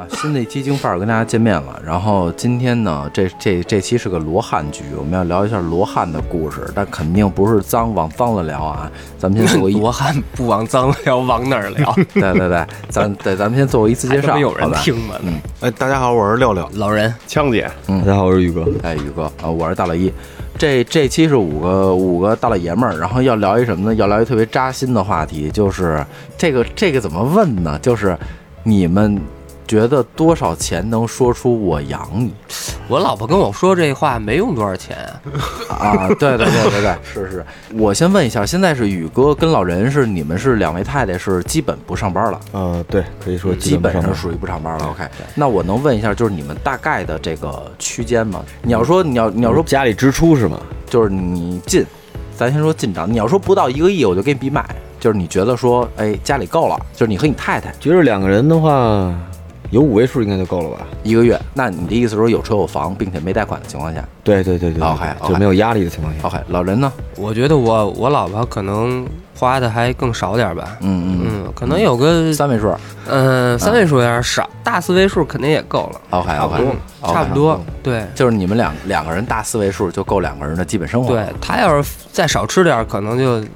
新的一期京范儿跟大家见面了。然后今天呢，这期是个罗汉局，我们要聊一下罗汉的故事，但肯定不是往脏了聊啊。咱们先做罗汉不往脏聊，往哪儿聊？ 对，咱们先做一次介绍， 有人听吗？ 大家好，我是六六老人枪姐， 大家好，我是宇哥。 宇哥我是大老一。这期是五个大老爷们儿，然后要聊一什么呢？要聊一特别扎心的话题，就是这个怎么问呢？就是你们觉得多少钱能说出我养你？ 我老婆跟我说这话没用多少钱啊！对，是。我先问一下，现在是宇哥跟老人是你们是两位太太是基本不上班了？ 对，可以说基本上属于不上班了。OK， 那我能问一下，就是你们大概的这个区间吗？你要说家里支出是吗？ 就是你咱先说进账。你要说不到1个亿，我就给你比买。就是你觉得说，家里够了，就是你和你太太， 觉得2个人的话。有5位数应该就够了吧 ？1个月。那你的意思是说有车有房，并且没贷款的情况下？ 对， OK， 就没有压力的情况下。 OK， 老人呢？ 我觉得我老婆可能花的还更少点吧。可能有个 3位数。 3位数有点少，大4位数肯定也够了。 OK， 差不多。对， 就是你们两个人大4位数就够2个人的基本生活。 对，他要是再少吃点，可能就。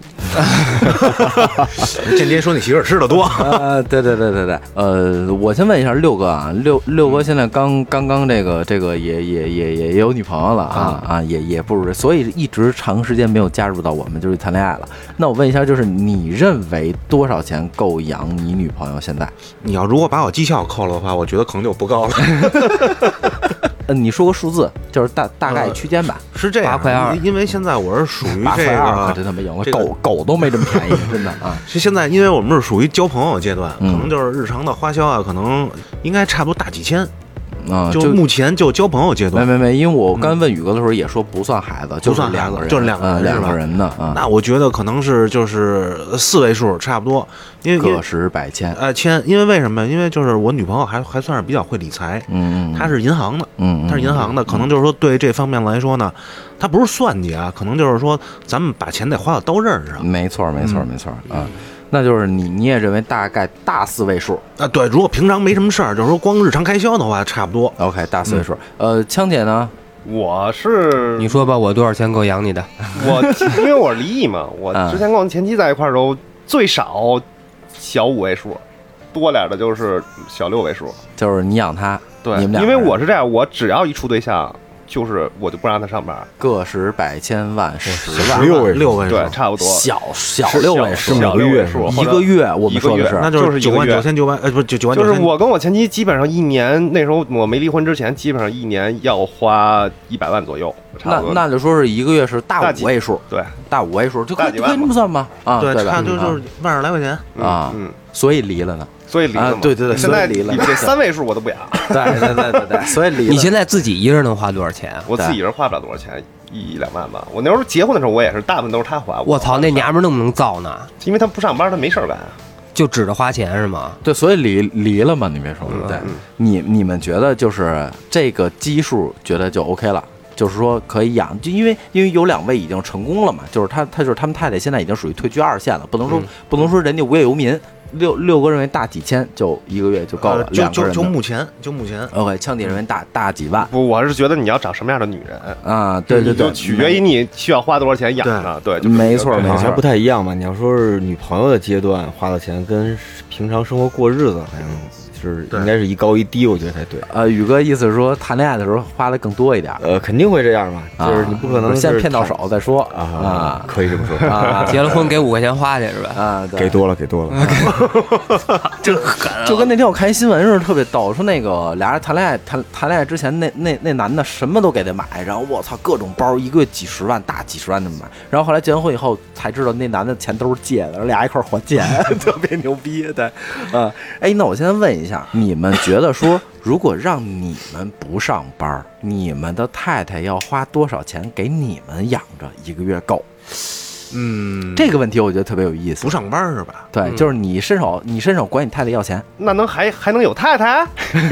间接说你媳妇吃的多。 对。我先问一下六哥啊，六哥现在刚这个也有女朋友了啊，也不如，所以一直长时间没有加入到我们就是谈恋爱了。那我问一下，就是你认为多少钱够养你女朋友现在？ 你要如果把我绩效扣了的话，我觉得可能就不够了。 你说个数字，就是大概区间吧。 是这样 ，8块2， 因为现在我是属于 8块2，可真他妈赢了，狗都没这么便宜，真的啊！ 是现在，因为我们是属于交朋友阶段，可能就是日常的花销啊，可能应该差不多大几千。就目前就交朋友阶段， 没，因为我刚问宇哥的时候也说不算孩子，就是2个人， 就是2 个人的啊。那我觉得可能是就是4位数差不多，因为个十百千千，因为为什么？因为就是我女朋友还算是比较会理财，她是银行的，她是银行的，可能就是说对这方面来说呢，她不是算计啊，可能就是说咱们把钱得花到刀刃上。 没错啊。那就是你也认为大概大4位数啊？对，如果平常没什么事儿，就是说光日常开销的话，差不多。 OK， 大4位数。枪姐呢？ 我是你说吧，我多少钱够养你的？ 因为我是离异嘛，我之前跟我前妻在一块儿的时候，最少小5位数，多点的就是小6位数。 就是你养他， 对， 你们俩。 因为我是这样，我只要一处对象。就是我就不让他上班， 个十百千万10万 6位数， 对，差不多。 小6位数， 小6位数， 一个月，我们说的是， 那就是99900，不99900。 就是我跟我前妻基本上1年，那时候我没离婚之前，基本上1年要花100万左右。 那就说是一个月是大5位数， 对， 大5位数就可以这么算吗？啊， 对吧？ 就是120来块钱啊，所以离了呢。 所以离了嘛， 对， 现在离了， 这3位数我都不养。 对，所以离了。 你现在自己一个人能花多少钱？ 我自己人花不了多少钱，1-2万吧。我那时候结婚的时候，我也是大部分都是他花。 我操，那娘们那么能造呢？ 因为他不上班，他没事干， 就指着花钱是吗？ 对，所以离了嘛，你别说。对，你们觉得就是这个基数，觉得就 OK 了。就是说可以养，就因为有2位已经成功了嘛，就是他就是他们太太现在已经属于退居2线了，不能说人家无业游民。六哥认为大几千就1个月就够了，2个人就目前 OK， 枪姐认为大几万。 不，我是觉得你要找什么样的女人啊？对， 就取决于你需要花多少钱养呢？对， 没错， 还不太一样嘛。你要说是女朋友的阶段花的钱，跟平常生活过日子好像。是应该是一高一低，我觉得才对。 宇哥意思是说谈恋爱的时候花的更多一点。 肯定会这样嘛，就是你不可能先骗到手再说啊，可以这么说啊。 结了婚给5块钱花去是吧？ 啊， 给多了。 这狠， 就跟那天我看新闻似的，特别逗，说那个俩人谈恋爱之前，那男的什么都给他买，然后我操各种包，一个月几十万，大几十万的买，然后后来结完婚以后才知道那男的钱都是借的，俩一块还钱，特别牛逼。对，那我现在问一下。你们觉得说，如果让你们不上班，你们的太太要花多少钱给你们养着1个月够？这个问题我觉得特别有意思。 不上班是吧？ 对，就是你伸手管你太太要钱， 那还能有太太？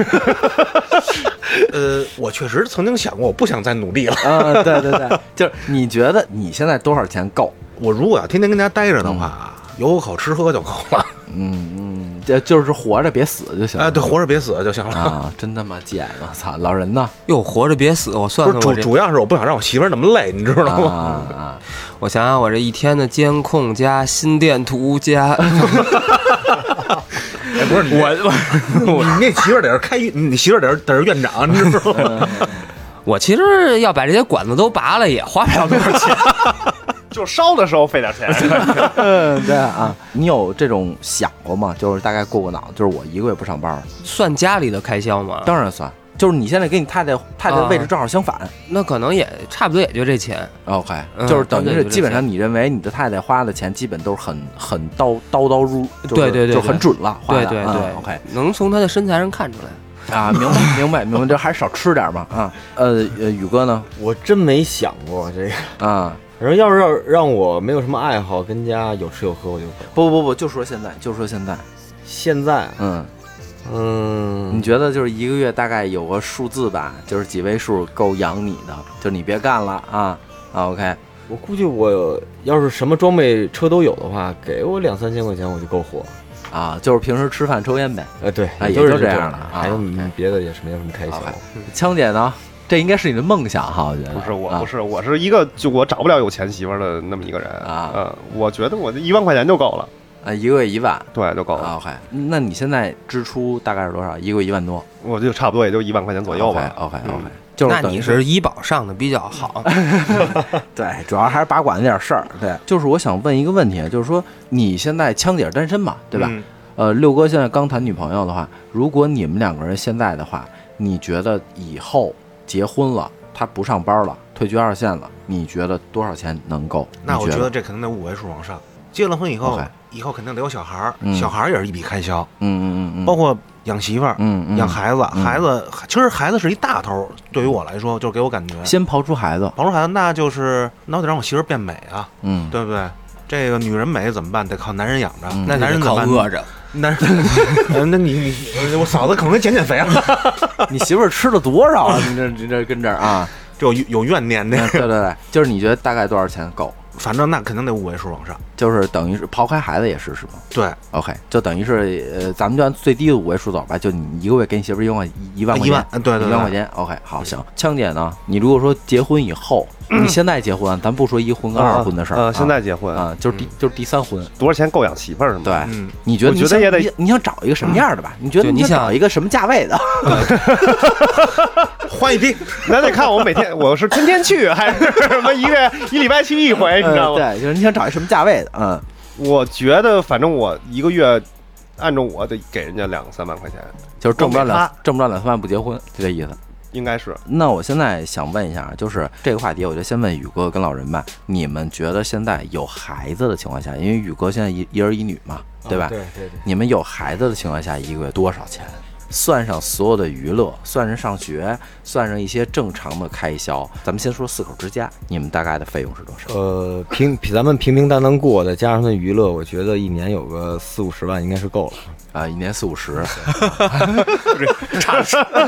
我确实曾经想过，我不想再努力了。 对，就是你觉得你现在多少钱够？ 我如果要天天跟家待着的话，有口吃喝就够了。 就是活着别死就行了。 对，活着别死就行了啊！真他妈贱！我操，老人呢？ 哟，活着别死！我算算主要是我不想让我媳妇儿那么累，你知道吗？ 我想想，我这一天的监控加心电图加，不是我那媳妇儿得是你媳妇儿得是院长，你知道吗？ 我其实要把这些管子都拔了，也花不了多少钱。 就烧的时候费点钱。 对啊，你有这种想过吗？就是大概过过脑，就是我一个月不上班， 算家里的开销吗？ 当然算。就是你现在跟你太太的位置正好相反， 那可能也差不多，也就这钱。 OK，就是等于是基本上你认为你的太太花的钱基本都是很刀入， 对， 就很准了。 对 ，OK， 能从她的身材上看出来。 啊，明白，就还是少吃点嘛啊。宇哥呢？ 我真没想过这个啊。 反正要是让我没有什么爱好，跟家有吃有喝，我就不，就说现在，你觉得就是一个月大概有个数字吧，就是几位数够养你的，就你别干了啊。OK， 我估计我要是什么装备车都有的话，给我2-3千块钱我就够活。 啊，就是平时吃饭抽烟呗。 对， 也就这样了。 还有别的也是没有什么开销。 枪姐呢？这应该是你的梦想哈，我觉得。 不是，我是一个就我找不了有钱媳妇儿的那么一个人啊。我觉得我这1万块钱就够了。 一个月1万， 对，就够了。 OK， 那你现在支出大概是多少？一个月1万多， 我就差不多也就1万块钱左右吧。 OK， 就是那你是医保上的比较好。 对，主要还是把管那点事儿。对，就是我想问一个问题，就是说你现在枪姐单身嘛，对吧？六哥现在刚谈女朋友的话，如果你们2个人现在的话，你觉得以后结婚了，他不上班了，退居2线了，你觉得多少钱能够？ 那我觉得这肯定得5位数往上。结了婚以后，以后肯定得有小孩儿，小孩儿也是一笔开销。包括养媳妇儿，养孩子，其实孩子是一大头。对于我来说，就给我感觉， 先刨出孩子， 那就是那我得让我媳妇儿变美啊，对不对？这个女人美怎么办？得靠男人养着。那男人怎么办？ 饿着。 那你我嫂子可能得减肥啊。 你媳妇儿吃了多少啊？你这跟这儿啊， 就有怨念的。 对，就是你觉得大概多少钱够？ 反正那肯定得5位数往上， 就是等于是抛开孩子也是吗？ 对 ，OK， 就等于是咱们就按最低的5位数走吧，就你一个月给你媳妇1万块钱， 对 ，1万块钱 ，OK， 好，行。枪姐呢？你如果说结婚以后，你现在结婚，咱不说1婚跟2婚的事儿， 现在结婚啊，就是第3婚， 多少钱够养媳妇儿是吗？ 对，你觉得？我觉得也得，你想找一个什么样的吧？你觉得你想找一个什么价位的？ 换一批， 那得看我每天我是天天去还是什么1礼拜去1回，你知道吗？ 对，就是你想找一什么价位的？ 我觉得反正我1个月按照我得给人家2-3万块钱， 就是挣不着2-3万不结婚，就这意思。 应该是。 那我现在想问一下，就是这个话题，我就先问宇哥跟老人吧。你们觉得现在有孩子的情况下，因为宇哥现在一儿一女嘛，对吧？ 对。 你们有孩子的情况下，一个月多少钱？算上所有的娱乐，算上上学，算上一些正常的开销，咱们先说4口之家，你们大概的费用是多少？ 咱们平淡淡过的，加上他娱乐，我觉得一年有个40-50万应该是够了。 啊，一年40-50，差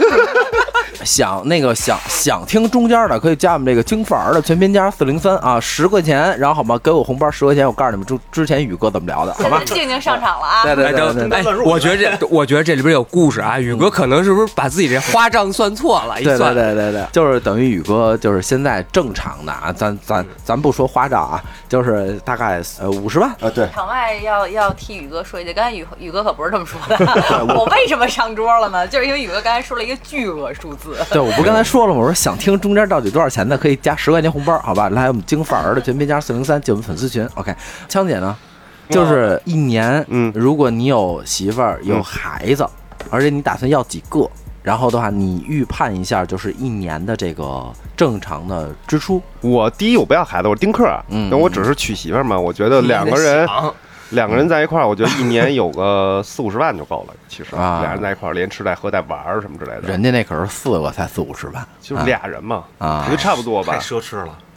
想听中间的可以加我们这个京范儿的全拼加403啊，10块钱，然后好吗？给我红包10块钱，我告诉你们之前宇哥怎么聊的，好吧？ 静静上场了啊！ 对， 我觉得这里边有故事啊，宇哥可能是不是把自己这花账算错了？ 对，就是等于宇哥就是现在正常的啊，咱不说花账啊，就是大概50万啊，对。 场外要替宇哥说一句，刚才宇哥可不是这么说的。我为什么上桌了呢？就是因为宇哥刚才说了一个巨额数字。 对，我不刚才说了吗？我说想听中间到底多少钱的，可以加10块钱红包，好吧？来我们京范儿的全拼加403进我们粉丝群。OK， 枪姐呢？就是一年，如果你有媳妇儿有孩子，而且你打算要几个，然后的话，你预判一下，就是一年的这个正常的支出。 我第一，我不要孩子，我丁克，那我只是娶媳妇儿嘛。我觉得2个人在一块儿，我觉得一年有个40-50万就够了。其实俩人在一块儿，连吃带喝带玩什么之类的。 人家那可是4个才40-50万， 就是俩人嘛，我觉得差不多吧。 太奢侈了，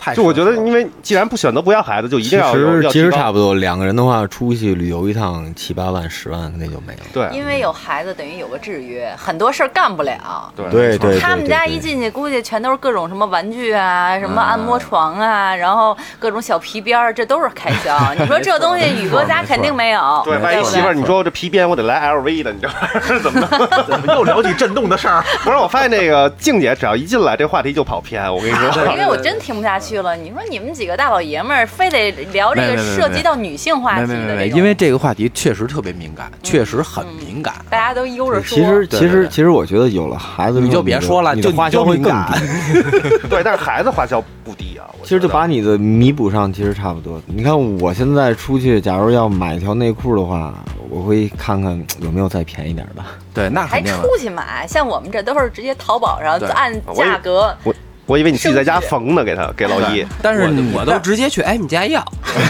就我觉得，因为既然不选择不要孩子，就一定要其实差不多2个人的话，出去旅游一趟7、8万、10万那就没了。 对， 因为有孩子等于有个制约，很多事儿干不了。 对， 他们家一进去，估计全都是各种什么玩具啊，什么按摩床啊，然后各种小皮鞭儿，这都是开销。你说这东西宇哥家肯定没有。 对，万一媳妇儿你说这皮鞭我得来 LV 的，你知道是怎么的？ 怎么又聊起震动的事儿？ 不是，我发现那个静姐只要一进来，这话题就跑偏。我跟你说， 因为我真听不下去了。你说你们几个大老爷们儿非得聊这个涉及到女性话题的这种， 因为这个话题确实特别敏感，确实很敏感， 大家都悠着说。 其实我觉得有了孩子你就别说了， 你的花销会更低。 对，但是孩子花销不低啊。 其实就把你的弥补上，其实差不多。你看我现在出去，假如要买一条内裤的话，我会看看有没有再便宜点的。 对，那还出去买，像我们这都是直接淘宝上按价格。 我以为你自己在家缝呢，给老姨。 但是我都直接去你家要。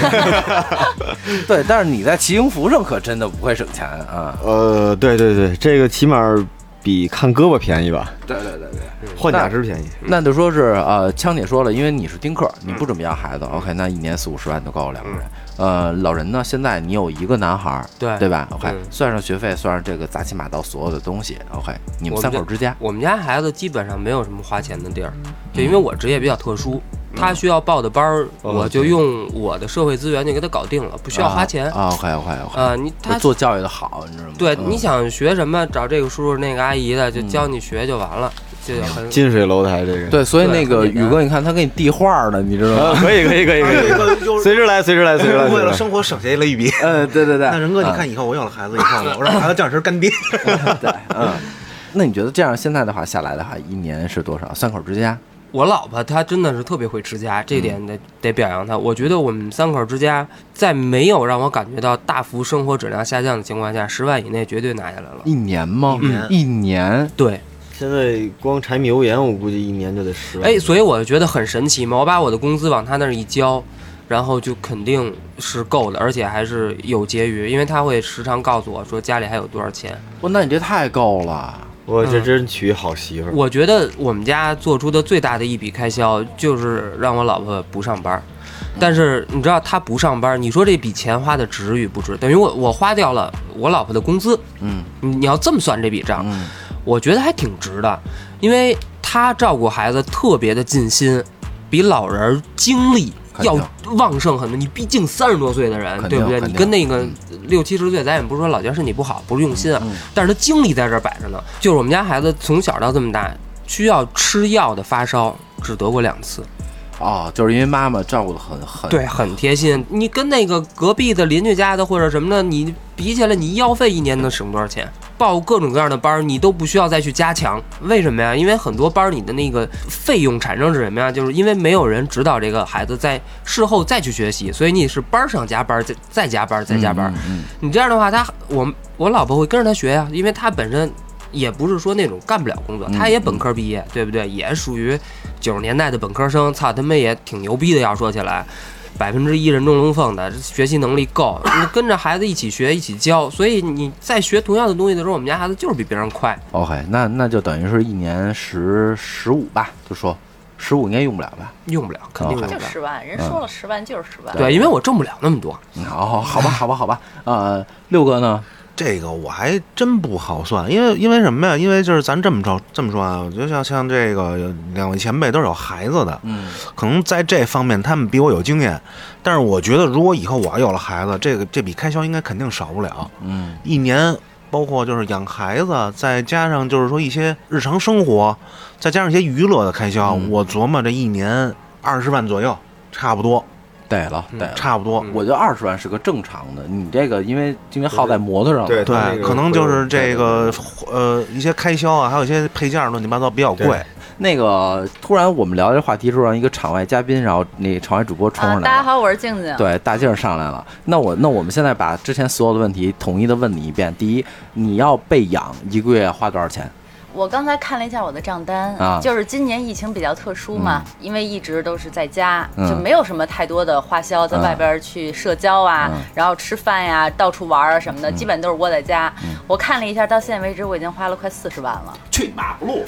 对，但是你在骑行服上可真的不会省钱啊。 对，这个起码比看胳膊便宜吧？ 对， 换假肢便宜。 那就说是枪姐说了，因为你是丁克，你不准备要孩子 ，OK， 那1年40、50万就够了2个人。老人呢，现在你有1个男孩，对吧 ？OK，算上学费，算上这个杂七马刀所有的东西 ，OK， 你们3口之家， 我们家孩子基本上没有什么花钱的地儿，就因为我职业比较特殊。他需要报的班儿，我就用我的社会资源就给他搞定了，不需要花钱。 OK。他做教育的好，你知道吗？ 对，你想学什么，找这个叔叔那个阿姨的，就教你学就完了。 近水楼台这个。 对，所以那个宇哥，你看他给你递话呢，你知道吗？ 可以，随时来。 为了生活省下了一笔。 对。 那仁哥，你看以后我有了孩子以后，我让孩子叫声干爹。 对，那你觉得这样现在的话下来的话，1年是多少？3口之家？ 我老婆她真的是特别会持家，这点得表扬她。我觉得我们3口之家在没有让我感觉到大幅生活质量下降的情况下，10万以内绝对拿下来了。 1年吗？1年。 对， 现在光柴米油盐，我估计1年就得10万。 所以我觉得很神奇嘛。我把我的工资往他那儿一交，然后就肯定是够的，而且还是有结余，因为他会时常告诉我说家里还有多少钱。 那你这太够了。 我这真娶好媳妇儿。 我觉得我们家做出的最大的一笔开销就是让我老婆不上班，但是你知道她不上班，你说这笔钱花的值与不值？等于我花掉了我老婆的工资。你要这么算这笔账，我觉得还挺值的，因为她照顾孩子特别的尽心，比老人精力要旺盛很多。你毕竟30多岁的人，对不对？你跟那个60、70岁，咱也不是说老家身体不好，不是用心啊，但是他精力在这儿摆着呢。就是我们家孩子从小到这么大，需要吃药的发烧只得过2次。 就是因为妈妈照顾的很对，很贴心。你跟那个隔壁的邻居家的或者什么的，你比起来，你医药费1年能省多少钱？报各种各样的班，你都不需要再去加强。为什么呀？因为很多班你的那个费用产生是什么呀？就是因为没有人指导这个孩子在事后再去学习，所以你是班上加班，再加班，再加班。你这样的话，我老婆会跟着他学呀，因为他本身也不是说那种干不了工作，他也本科毕业，对不对？也属于90年代的本科生，操，他们也挺牛逼的。要说起来，1%人中龙凤的，学习能力够，你跟着孩子一起学，一起教，所以你在学同样的东西的时候，我们家孩子就是比别人快。 OK， 那就等于是1年15吧，就说15应该用不了吧？ 用不了，肯定用不了。 就10万，人说了10万就是10万。 对，因为我挣不了那么多。 好吧。六哥呢？ 这个我还真不好算，因为什么呀？因为就是咱这么说啊，我觉得像这个2位前辈都是有孩子的，可能在这方面他们比我有经验。但是我觉得，如果以后我有了孩子，这笔开销应该肯定少不了。1年包括就是养孩子，再加上就是说一些日常生活，再加上一些娱乐的开销，我琢磨这1年20万左右，差不多。 对了， 差不多。 我觉得20万是个正常的。你这个因为耗在摩托上了， 对，可能就是这个一些开销啊，还有一些配件乱七八糟比较贵。 那个突然我们聊这话题的时候，让一个场外嘉宾，然后那场外主播冲上来了。 大家好，我是静静。 对，大静上来了。那我们现在把之前所有的问题统一的问你一遍。第一，你要被养1个月花多少钱？ 我刚才看了一下我的账单，就是今年疫情比较特殊嘛，因为一直都是在家，就没有什么太多的花销，在外边去社交啊，然后吃饭呀、到处玩啊什么的，基本都是窝在家。我看了一下，到现在为止我已经花了快40万了。 去马路。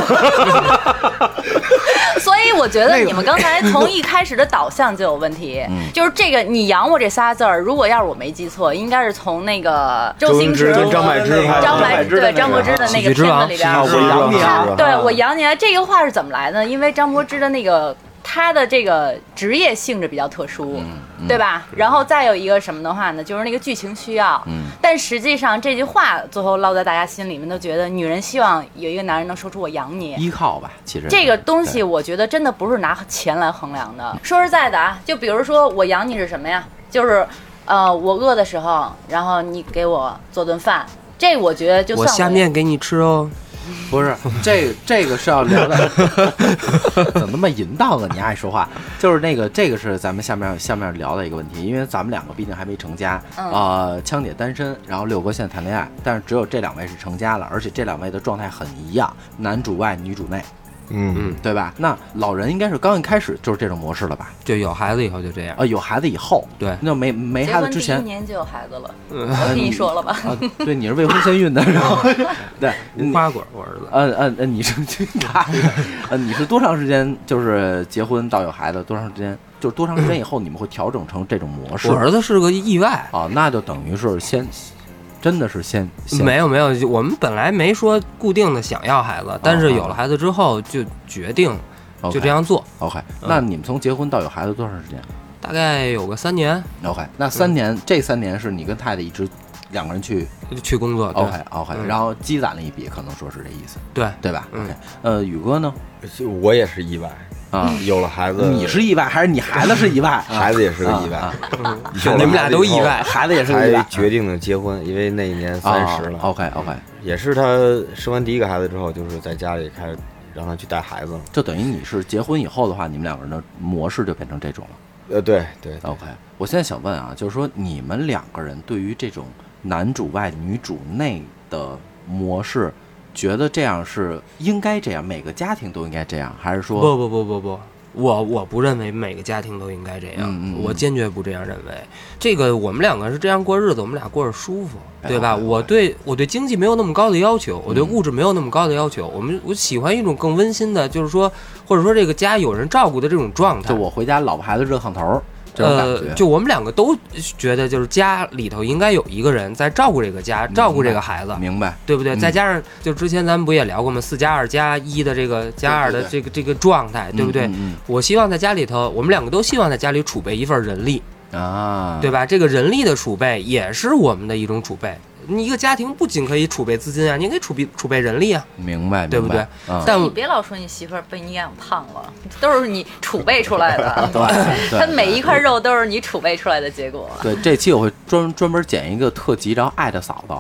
所以我觉得你们刚才从一开始的导向就有问题，就是这个你养我这仨字儿，如果要是我没记错，应该是从那个周星驰、 张柏芝的那个片子里边， 我养你啊， 对我养你啊，这个话是怎么来的？因为张柏芝的那个他的这个职业性质比较特殊，对吧？然后再有一个什么的话呢，就是那个剧情需要，但实际上这句话最后落在大家心里面，都觉得女人希望有一个男人能说出我养你， 依靠吧。其实这个东西我觉得真的不是拿钱来衡量的。说实在的啊，就比如说我养你是什么呀？就是我饿的时候，然后你给我做顿饭，这我觉得就算我下面给你吃哦。 不是，这个是要聊的，怎么那么淫荡呢？你爱说话，就是这个是咱们下面聊的一个问题，因为咱们两个毕竟还没成家，枪姐单身，然后六哥现在谈恋爱，但是只有这2位是成家了，而且这2位的状态很一样，男主外女主内。对吧？那老人应该是刚一开始就是这种模式了吧？ 就有孩子以后就这样有孩子以后，对，那没孩子之前， 结婚第1年就有孩子了，我跟你说了吧？ 对，你是未婚先孕的，然后对， 无花果，我儿子，你是你是多长时间就是结婚到有孩子多长时间？就是多长时间以后你们会调整成这种模式？ 我儿子是个意外那就等于是真的是先没有，我们本来没说固定的想要孩子，但是有了孩子之后就决定就这样做。 OK， 那你们从结婚到有孩子多长时间？ 大概有个3年。 OK， 那3年，这3年是你跟太太一直2个人去工作。 OK， 然后积攒了一笔，可能说是这意思，对吧？OK，宇哥呢？ 我也是意外。有了孩子， 你是意外还是你孩子是意外？ 孩子也是个意外， 你们俩都意外， 孩子也是个意外。 决定的结婚，因为那一年30了。 OK， 也是他生完第1个孩子之后，就是在家里开始让他去带孩子了。 就等于你是结婚以后的话，你们2个人的模式就变成这种了。 对。 OK， 我现在想问啊，就是说你们2个人对于这种男主外女主内的模式，觉得这样是应该这样，每个家庭都应该这样，还是说不，我不认为每个家庭都应该这样，我坚决不这样认为。这个我们2个是这样过日子，我们俩过着舒服，对吧？我对经济没有那么高的要求，我对物质没有那么高的要求。我喜欢一种更温馨的，就是说，或者说这个家有人照顾的这种状态。 就我回家，老婆孩子热炕头。 就我们2个都觉得，就是家里头应该有一个人在照顾这个家，照顾这个孩子， 明白？ 对不对？再加上就之前咱们不也聊过吗？4+2+1的这个+2的这个状态，对不对？我希望在家里头，我们2个都希望在家里储备一份人力对吧？这个人力的储备也是我们的一种储备。你一个家庭不仅可以储备资金啊，你可以储备人力啊， 明白， 对不对？ 但你别老说你媳妇儿被你养胖了，都是你储备出来的。对，它每一块肉都是你储备出来的结果。 对，这期我会专门剪一个特辑，然后爱的嫂子，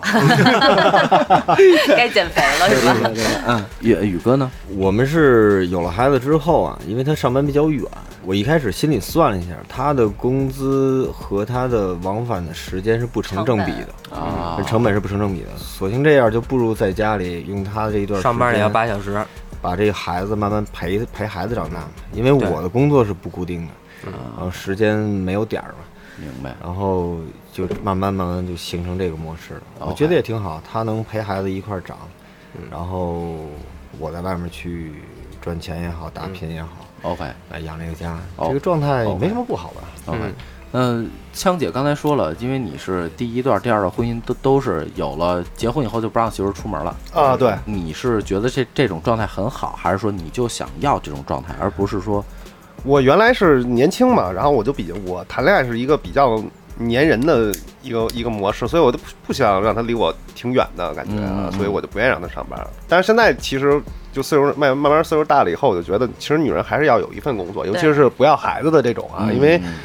该减肥了是吧？ 宇哥呢？ 我们是有了孩子之后啊，因为他上班比较远，我一开始心里算了一下，他的工资和他的往返的时间是不成正比的成本是不成正比的，索性这样就不如在家里用他这一段时间上班也要8小时， 把这个孩子慢慢陪孩子长大。因为我的工作是不固定的，然后时间没有点儿嘛， 明白。 然后就慢慢就形成这个模式了。我觉得也挺好，他能陪孩子一块长，然后我在外面去赚钱也好，打拼也好 ，OK， 来养这个家，这个状态没什么不好吧 ？OK。枪姐刚才说了，因为你是第1段、第2段婚姻都是有了结婚以后就不让媳妇出门了啊。对， 你是觉得这种状态很好，还是说你就想要这种状态，而不是说？ 我原来是年轻嘛，然后我谈恋爱是一个比较粘人的一个模式，所以我都不想让他离我挺远的感觉所以我就不愿意让他上班。但是现在其实就慢慢岁数大了以后，我就觉得其实女人还是要有一份工作，尤其是不要孩子的这种因为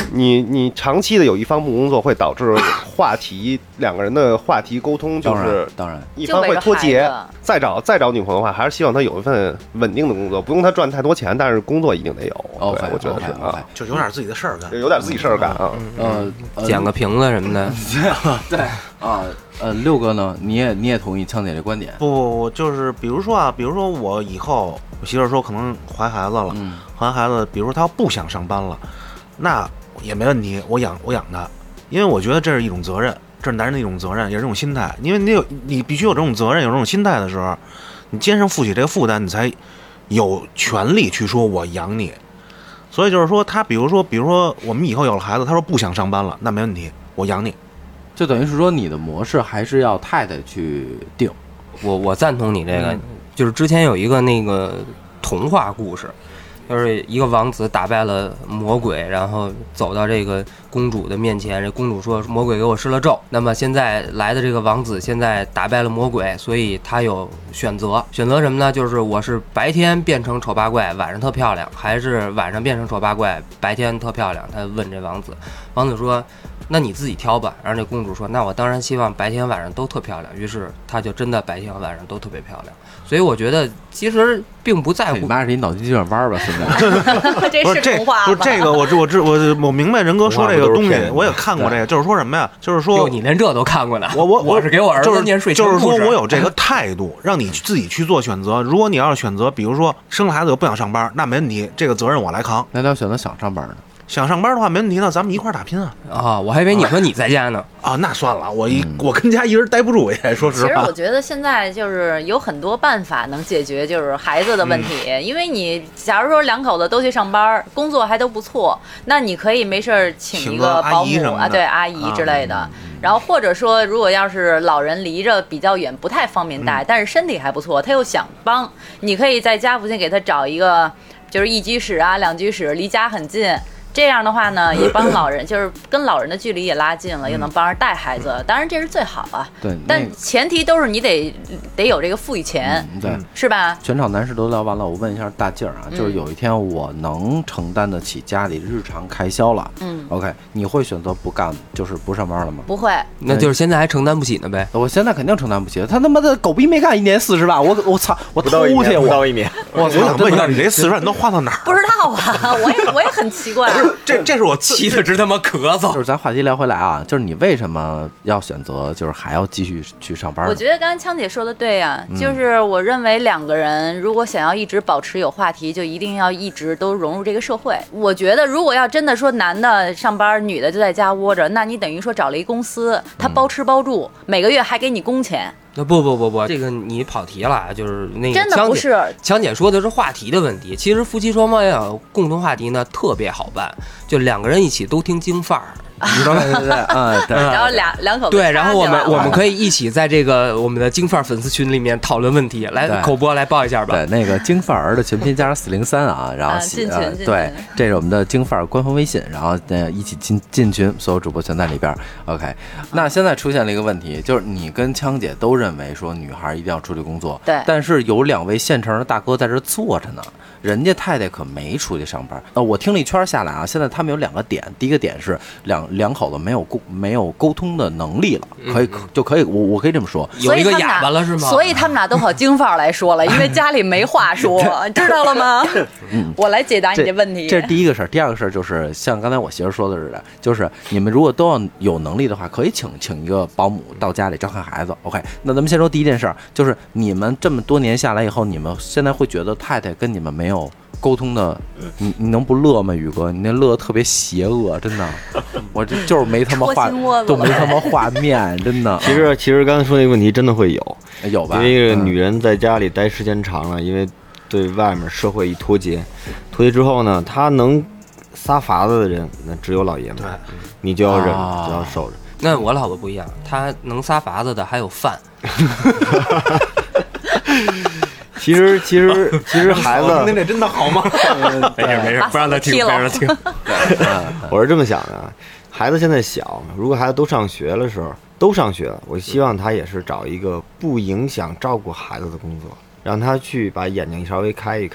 你长期的有一方不工作，会导致两个人的话题沟通就是当然一方会脱节。再找女朋友的话，还是希望他有一份稳定的工作，不用他赚太多钱，但是工作一定得有。对，我觉得是啊， 就有点自己的事儿干， 有点自己事儿干啊。 捡个瓶子什么的。 对啊，六哥呢？你也同意枪姐这观点？ 不，就是比如说我以后我媳妇说可能怀孩子了，怀孩子，比如说她要不想上班了，那也没问题，我养她，因为我觉得这是一种责任，这是男人的一种责任，也是这种心态。因为你必须有这种责任，有这种心态的时候，你肩上负起这个负担，你才有权利去说我养你。所以就是说，他比如说我们以后有了孩子，他说不想上班了，那没问题，我养你。 就等于是说，你的模式还是要太太去定。 我赞同你这个，就是之前有一个那个童话故事，就是一个王子打败了魔鬼，然后走到这个公主的面前，这公主说魔鬼给我施了咒。那么现在来的这个王子现在打败了魔鬼，所以他有选择什么呢？就是我是白天变成丑八怪，晚上特漂亮，还是晚上变成丑八怪，白天特漂亮？他问这王子，王子说那你自己挑吧。然后这公主说那我当然希望白天晚上都特漂亮，于是他就真的白天晚上都特别漂亮。所以我觉得其实并不在乎。 你妈是一脑筋急转弯吧？现在这是童话吧？ 不是这个，我明白人哥说这个东西，我也看过这个，就是说什么呀？就是说你连这都看过呢？ 我是给我儿子念睡前故事。 就是说我有这个态度，让你自己去做选择。如果你要是选择，比如说生了孩子又不想上班，那没问题，这个责任我来扛。 那要选择想上班呢？ 想上班的话没问题，那咱们一块儿打拼啊！ 啊，我还以为你说你在家呢。 啊，那算了，我跟家一人待不住，也说实话。 其实我觉得现在就是有很多办法能解决就是孩子的问题，因为你假如说两口子都去上班，工作还都不错，那你可以没事请一个保姆啊，对，阿姨之类的。然后或者说，如果要是老人离着比较远，不太方便带，但是身体还不错，他又想帮，你可以在家附近给他找一个就是1居室啊、2居室，离家很近。这样的话呢，也帮老人，就是跟老人的距离也拉近了，又能帮着带孩子，当然这是最好啊。 对， 但前提都是你得有这个富裕钱， 对， 是吧？ 全场男士都聊完了，我问一下大劲儿啊，就是有一天我能承担得起家里日常开销了，OK， 你会选择不干，就是不上班了吗？ 不会， 那就是现在还承担不起呢呗。 我现在肯定承担不起，他妈的狗逼没干1年40万，我操，我偷去， 不到1年， 我想问一下，你这40万都花到哪儿？ 不知道啊，我也很奇怪。 这是我气得直他妈咳嗽。 就是咱话题聊回来啊，就是你为什么要选择，就是还要继续去上班？ 我觉得刚才枪姐说的对呀，就是我认为两个人如果想要一直保持有话题，就一定要一直都融入这个社会。我觉得如果要真的说男的上班，女的就在家窝着，那你等于说找了一公司，他包吃包住，每个月还给你工钱。 那不，这个你跑题了，就是那个真的不是强姐说的是话题的问题。其实夫妻双方要有共同话题呢，特别好办，就两个人一起都听京范儿。你知道吗？ 对， 然后两口子对，然后我们可以一起在这个我们的京范儿粉丝群里面讨论问题，来口播来报一下吧。 对，那个京范儿的群拼加上403啊，然后对，这是我们的京范儿官方微信，然后一起进群，所有主播全在里边。OK， 那现在出现了一个问题，就是你跟枪姐都认为说女孩一定要出去工作， 对， 但是有2位现成的大哥在这坐着呢。人家太太可没出去上班。我听了一圈下来啊，现在他们有2个点，第一个点是两口子没有沟通的能力了，可以，我可以这么说， 有一个哑巴了是吗？ 所以他们俩都跑京范儿来说了，因为家里没话说，知道了吗？我来解答你这问题。 这是第一个事儿，第二个事儿就是像刚才我媳妇说的似的，就是你们如果都要有能力的话，可以请一个保姆到家里照看孩子。OK， 那咱们先说第一件事儿，就是你们这么多年下来以后，你们现在会觉得太太跟你们没有沟通的，你能不乐吗，宇哥？你那乐特别邪恶，真的，我就是没他妈画，都没他妈画面，真的。 其实刚才说那个问题真的会有吧？ 因为女人在家里待时间长了，因为对外面社会一脱节之后呢，她能撒法子的人，那只有老爷们，你就要忍，就要受着。 那我老婆不一样，她能撒法子的还有饭。 其实孩子， 那真的好吗？ 没事，不让他听，不让他听。 我是这么想的，孩子现在小，如果孩子都上学了，我希望他也是找一个不影响照顾孩子的工作，让他去把眼睛稍微开一开，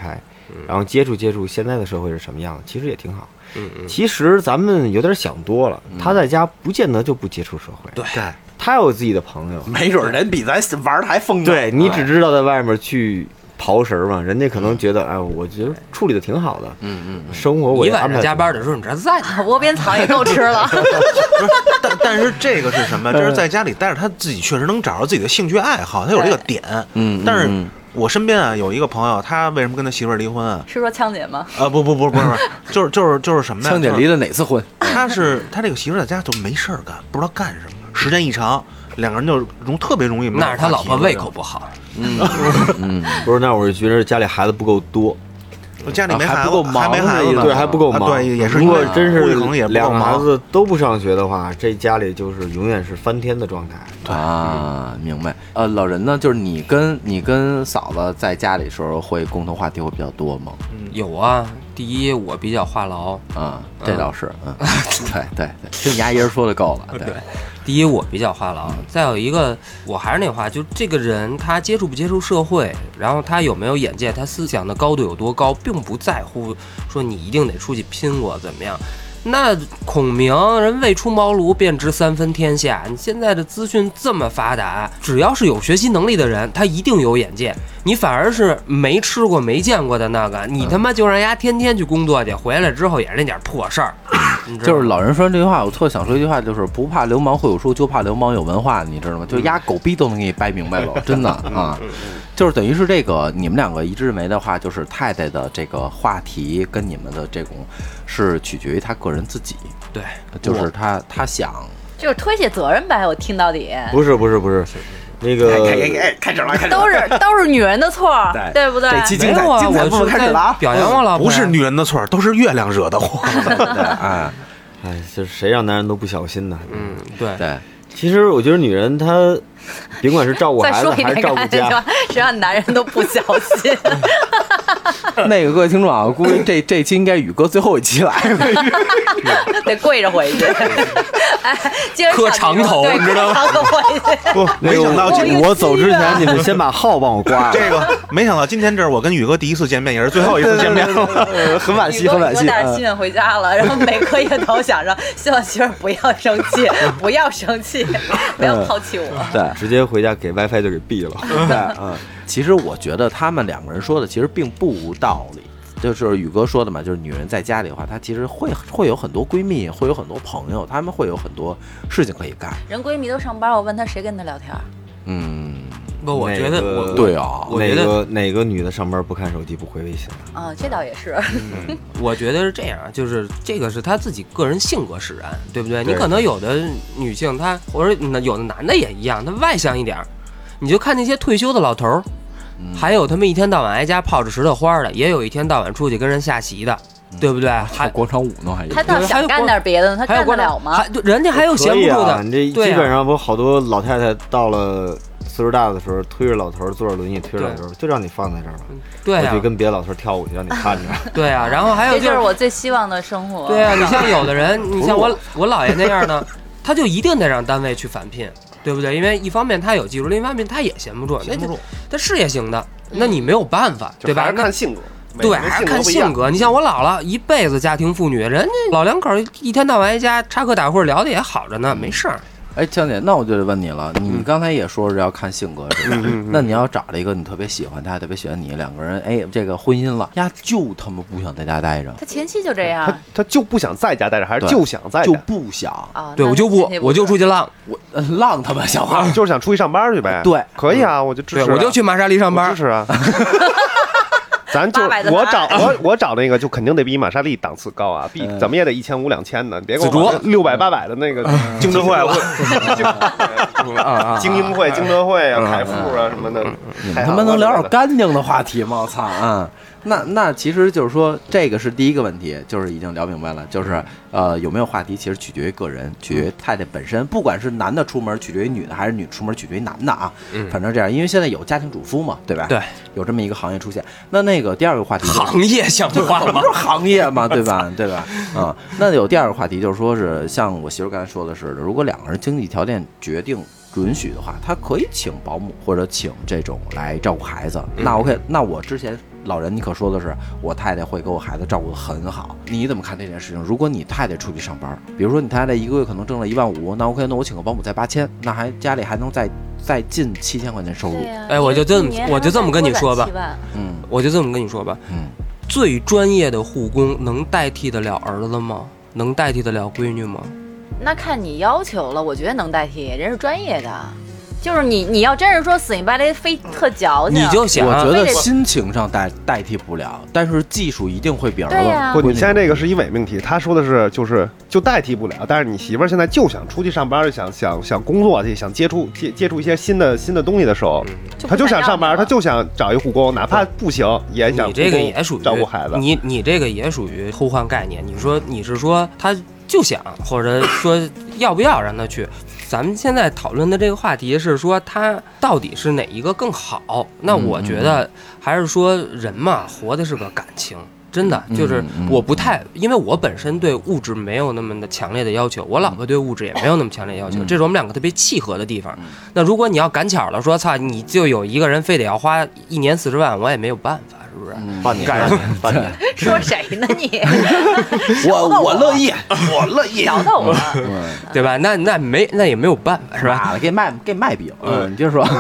然后接触现在的社会是什么样的，其实也挺好。其实咱们有点想多了，他在家不见得就不接触社会， 对， 他有自己的朋友， 没准人比咱玩的还疯呢。 对，你只知道在外面去刨食嘛，人家可能觉得，哎，我觉得处理的挺好的，生活我你也安排。 晚上加班的时候，你这在哪？ 窝边草也够吃了。 但是这个是什么？就是在家里待着，他自己确实能找到自己的兴趣爱好，他有这个点。但是我身边啊有一个朋友，他为什么跟他媳妇儿离婚啊？ 是说枪姐吗？ 不是，就是什么呀？ 枪姐离了哪次婚？ 他这个媳妇儿在家就没事儿干，不知道干什么，时间一长，两个人就特别容易。 那是他老婆胃口不好。 不是，那我是觉得家里孩子不够多。 家里没孩子， 还不够忙， 还没孩子呢， 对，还不够忙。 对，也是。 如果真是可能也不两个够忙孩子都不上学的话，这家里就是永远是翻天的状态。 啊，明白。老人呢，就是你跟嫂子在家里的时候，会共同话题会比较多吗？ 有啊，第一我比较话痨啊，这倒是，对，听你家爷说的够了，对。 第一，我比较话痨，再有一个，我还是那话，就这个人他接触不接触社会，然后他有没有眼界，他思想的高度有多高，并不在乎说你一定得出去拼过怎么样。那孔明人未出茅庐便知三分天下，你现在的资讯这么发达，只要是有学习能力的人，他一定有眼界。你反而是没吃过没见过的那个，你他妈就让人家天天去工作去，回来之后也是那点破事儿。 就是老人说这句话，我特想说一句话，就是不怕流氓会有书，就怕流氓有文化，你知道吗？就压狗逼都能给你掰明白了，真的啊。就是等于是这个，你们两个一致认为的话，就是太太的这个话题跟你们的这种是取决于他个人自己， 对， 就是他想， 就是推卸责任呗。我听到底不是，那个开始了， 都是女人的错，对不对？ 这期精彩部分开始了啊！ 表扬我老婆， 不是女人的错，都是月亮惹的祸。 哎， 就是谁让男人都不小心呢？ 对。 其实我觉得女人她，甭管是照顾孩子还是照顾家， 谁让男人都不小心。 那个各位听众啊，我估计这期应该宇哥最后一期来， 得跪着回去。哎， 磕长头，你知道吗？ 不，没想到我走之前，你们先把号帮我挂了。 这个没想到今天这是我跟宇哥第一次见面，也是最后一次见面了， 很惋惜。 带着心愿回家了，然后每隔夜都想着，希望媳妇儿不要生气，不要生气，不要抛弃我。 对， 直接回家给 WiFi 就给闭了。 对，其实我觉得他们两个人说的其实并不无道理。就是宇哥说的嘛，就是女人在家里的话，她其实会有很多闺蜜，会有很多朋友，她们会有很多事情可以干。 人闺蜜都上班，我问她谁跟她聊天？ 不，我觉得对啊， 哪个女的上班不看手机不回微信啊？这倒也是。 我觉得是这样，就是这个是她自己个人性格使然，对不对？你可能有的女性她，或者有的男的也一样，他外向一点，你就看那些退休的老头儿。还有他们一天到晚挨家泡着石头花的，也有一天到晚出去跟人下棋的，对不对？还广场舞呢，还有他倒想干点别的，他干得了吗？ 人家还有闲不住的。 你这基本上不好多老太太到了岁数大的时候，推着老头坐着轮椅，推着老头就让你放在这儿了。 对啊， 就跟别的老头跳舞去，让你看着。 对啊，然后还有这就是我最希望的生活。 对啊，你像有的人，你像我姥爷那样呢，他就一定得让单位去返聘。对不对？因为一方面他有技术，另一方面他也闲不住，他事业型的，那你没有办法，对吧？ 还是看性格， 对，还是看性格。你像我姥姥一辈子家庭妇女，人家老两口一天到晚一家插科打诨，聊的也好着呢，没事儿。 哎，江姐，那我就得问你了，你刚才也说是要看性格，是吧？那你要找了一个你特别喜欢他，特别喜欢你，两个人，哎，这个婚姻了，呀，就他妈不想在家待着。 他前期就这样， 他就不想在家待着，还是就想在家？ 就不想啊？ 对，我就出去浪， 浪他妈想话， 就是想出去上班去呗。 对， 可以啊，我就支持， 我就去玛莎丽上班， 支持啊。咱就我找那个就肯定得比玛莎丽档次高啊，比怎么也得1500、2000的，别给我600、800的那个京德会了， 精英会、京德会啊、凯富啊什么的。 你们他妈能聊点干净的话题吗？我操啊！那其实就是说，这个是第一个问题，就是已经聊明白了，就是有没有话题，其实取决于个人，取决于太太本身，不管是男的出门取决于女的，还是女出门取决于男的啊。反正这样，因为现在有家庭主妇嘛，对吧？ 对， 有这么一个行业出现。那个第二个话题， 行业像话吗？ 行业嘛，对吧？对吧？啊，那有第二个话题就是说是像我媳妇刚才说的是，如果两个人经济条件决定允许的话，他可以请保姆或者请这种来照顾孩子。那 OK， 那我之前老人，你可说的是我太太会给我孩子照顾得很好，你怎么看这件事情？如果你太太出去上班，比如说你太太一个月可能挣了15000，那 OK， 那我请个保姆才8000，那还家里还能再进7000块钱收入。 哎， 我就这么跟你说吧，我就这么跟你说吧，最专业的护工能代替得了儿子吗？能代替得了闺女吗？ 那看你要求了，我觉得能代替，人是专业的。就是你要真是说死乞白赖非特矫情， 你就想， 我觉得心情上代替不了，但是技术一定会比儿子。 不，你现在这个是一伪命题。他说的是就代替不了，但是你媳妇儿现在就想出去上班，想工作去，想接触一些新的东西的时候，他就想上班，他就想找一护工，哪怕不行也想。 你这个也属于照顾孩子， 你这个也属于偷换概念。你是说他就想，或者说要不要让他去？咱们现在讨论的这个话题是说他到底是哪一个更好？那我觉得还是说人嘛，活的是个感情。真的就是我不太，因为我本身对物质没有那么的强烈的要求，我老婆对物质也没有那么强烈的要求，这是我们两个特别契合的地方。那如果你要赶巧了说，操，你就有一个人非得要花1年40万，我也没有办法，是不是？ 半年。 说谁呢你？ 我乐意，我乐意， 找到我， 对吧？那也没有办法，是吧？ 给卖饼，你接着说。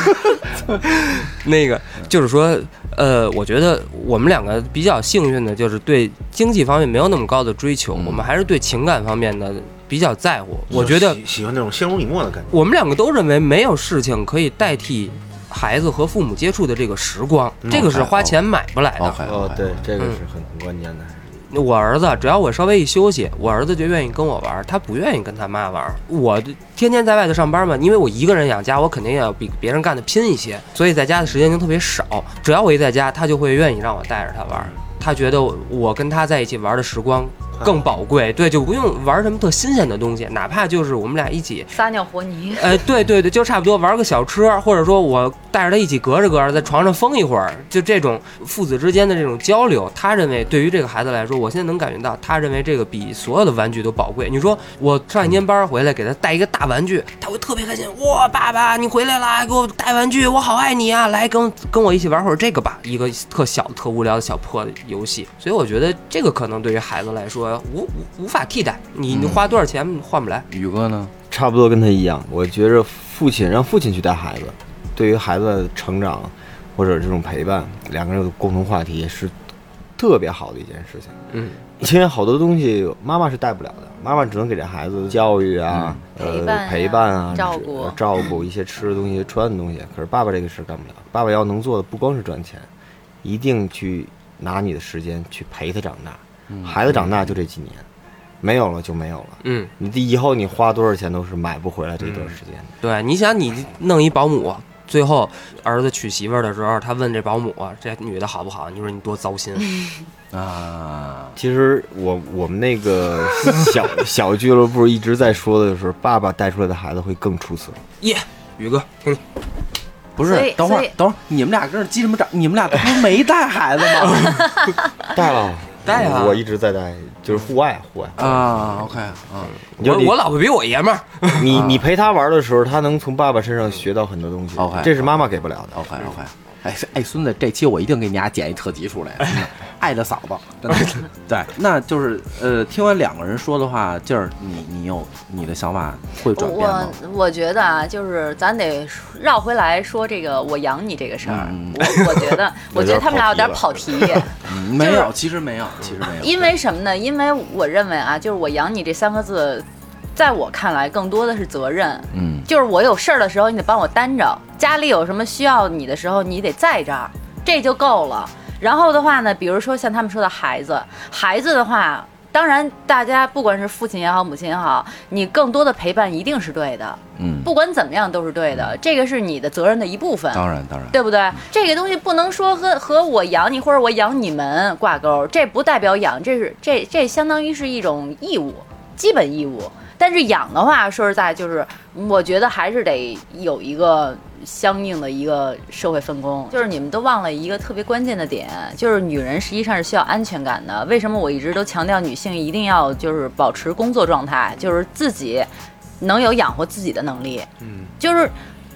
那个就是说，我觉得我们两个比较幸运的就是对经济方面没有那么高的追求，我们还是对情感方面的比较在乎。我觉得喜欢那种相濡以沫的感觉。 我们两个都认为没有事情可以代替孩子和父母接触的这个时光，这个是花钱买不来的。 对，这个是很关键的。 我儿子只要我稍微一休息，我儿子就愿意跟我玩，他不愿意跟他妈玩。我天天在外头上班嘛，因为我一个人养家，我肯定也要比别人干的拼一些，所以在家的时间就特别少。只要我一在家，他就会愿意让我带着他玩，他觉得我跟他在一起玩的时光更宝贵，对，就不用玩什么特新鲜的东西，哪怕就是我们俩一起撒尿和泥， 对，就差不多玩个小车，或者说我带着他一起隔着在床上疯一会儿，就这种父子之间的这种交流，他认为对于这个孩子来说，我现在能感觉到，他认为这个比所有的玩具都宝贵。你说我上一天班回来给他带一个大玩具，他会特别开心，哇，爸爸你回来了，给我带玩具，我好爱你啊，来跟我一起玩会儿这个吧，一个特小特无聊的小破游戏。所以我觉得这个可能对于孩子来说无法替代，你花多少钱换不来。 宇哥呢？ 差不多跟他一样，我觉着让父亲去带孩子，对于孩子的成长或者这种陪伴，两个人有共同话题是特别好的一件事情。因为好多东西妈妈是带不了的，妈妈只能给这孩子教育啊，陪伴啊，照顾一些吃的东西、穿的东西。可是爸爸这个事干不了，爸爸要能做的不光是赚钱，一定去拿你的时间去陪他长大。孩子长大就这几年，没有了就没有了。你以后你花多少钱都是买不回来这段时间。 对，你想你弄一保姆，最后儿子娶媳妇儿的时候，他问这保姆这女的好不好？你说你多糟心啊！其实我们那个小俱乐部一直在说的就是，爸爸带出来的孩子会更出色。 宇哥，听。 不是，等会儿，你们俩跟这急什么长？你们俩不是没带孩子吗？ 带啊！我一直在带，就是户外啊。OK， 我老婆比我爷们儿。 你陪他玩的时候，他能从爸爸身上学到很多东西。 OK， 这是妈妈给不了的。 OK。哎，孙子，这期我一定给你俩剪一特辑出来，真的，爱的嫂子，真的。对，那就是听完两个人说的话，劲儿，你有你的想法会转变吗？ 我觉得啊，就是咱得绕回来说这个我养你这个事儿。我觉得他们俩有点跑题。 没有，其实没有。 因为什么呢？因为我认为啊，就是我养你这3个字，在我看来更多的是责任。就是我有事儿的时候，你得帮我担着；家里有什么需要你的时候，你得在这儿，这就够了。然后的话呢，比如说像他们说的孩子的话，当然大家不管是父亲也好，母亲也好，你更多的陪伴一定是对的。不管怎么样都是对的，这个是你的责任的一部分。 当然， 对不对？这个东西不能说和我养你或者我养你们挂钩，这不代表养，这相当于是一种义务，基本义务。但是养的话，说实在，就是我觉得还是得有一个相应的一个社会分工。就是你们都忘了一个特别关键的点，就是女人实际上是需要安全感的。为什么我一直都强调女性一定要就是保持工作状态，就是自己能有养活自己的能力。就是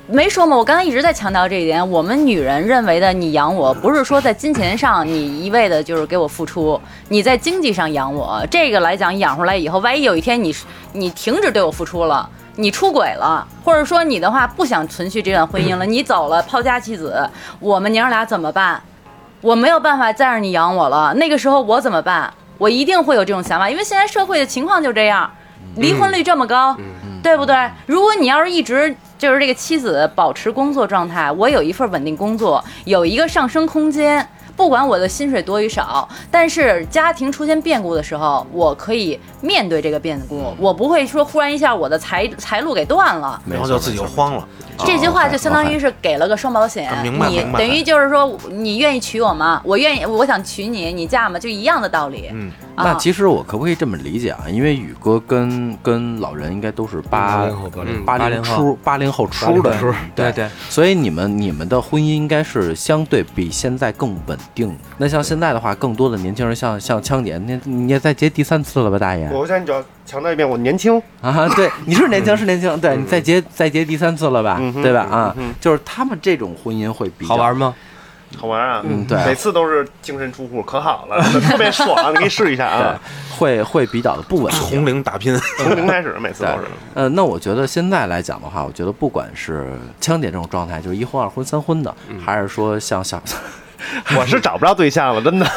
没说嘛，我刚才一直在强调这一点。我们女人认为的你养我，不是说在金钱上你一味的就是给我付出，你在经济上养我。这个来讲，养出来以后，万一有一天你停止对我付出了，你出轨了，或者说你的话不想存续这段婚姻了，你走了，抛家弃子，我们娘俩怎么办？我没有办法再让你养我了，那个时候我怎么办？我一定会有这种想法，因为现在社会的情况就这样，离婚率这么高，对不对？如果你要是一直就是这个妻子保持工作状态，我有一份稳定工作，有一个上升空间，不管我的薪水多与少，但是家庭出现变故的时候，我可以面对这个变故，我不会说忽然一下我的财路给断了， 然后就自己就慌了。 这句话就相当于是给了个双保险，你等于就是说你愿意娶我吗？我想娶你，你嫁吗？就一样的道理。 那其实我可不可以这么理解啊？因为宇哥跟老人应该都是80后出的， 对， 所以你们的婚姻应该是相对比现在更稳定。那像现在的话，更多的年轻人像枪姐，你也在结第3次了吧，大爷？ 我现在你只要强调一遍，我年轻啊，对，你是年轻是年轻，对你再结第3次了吧，对吧？啊，就是他们这种婚姻会比较好玩吗？ 好玩啊！ 对， 每次都是净身出户，可好了，特别爽，你可以试一下啊。 会比较的不稳定， 从零打拼， 从零开始，每次都是。 那我觉得现在来讲的话，我觉得不管是枪姐这种状态，就是1婚、2婚、3婚的，还是说像我是找不着对象了，真的。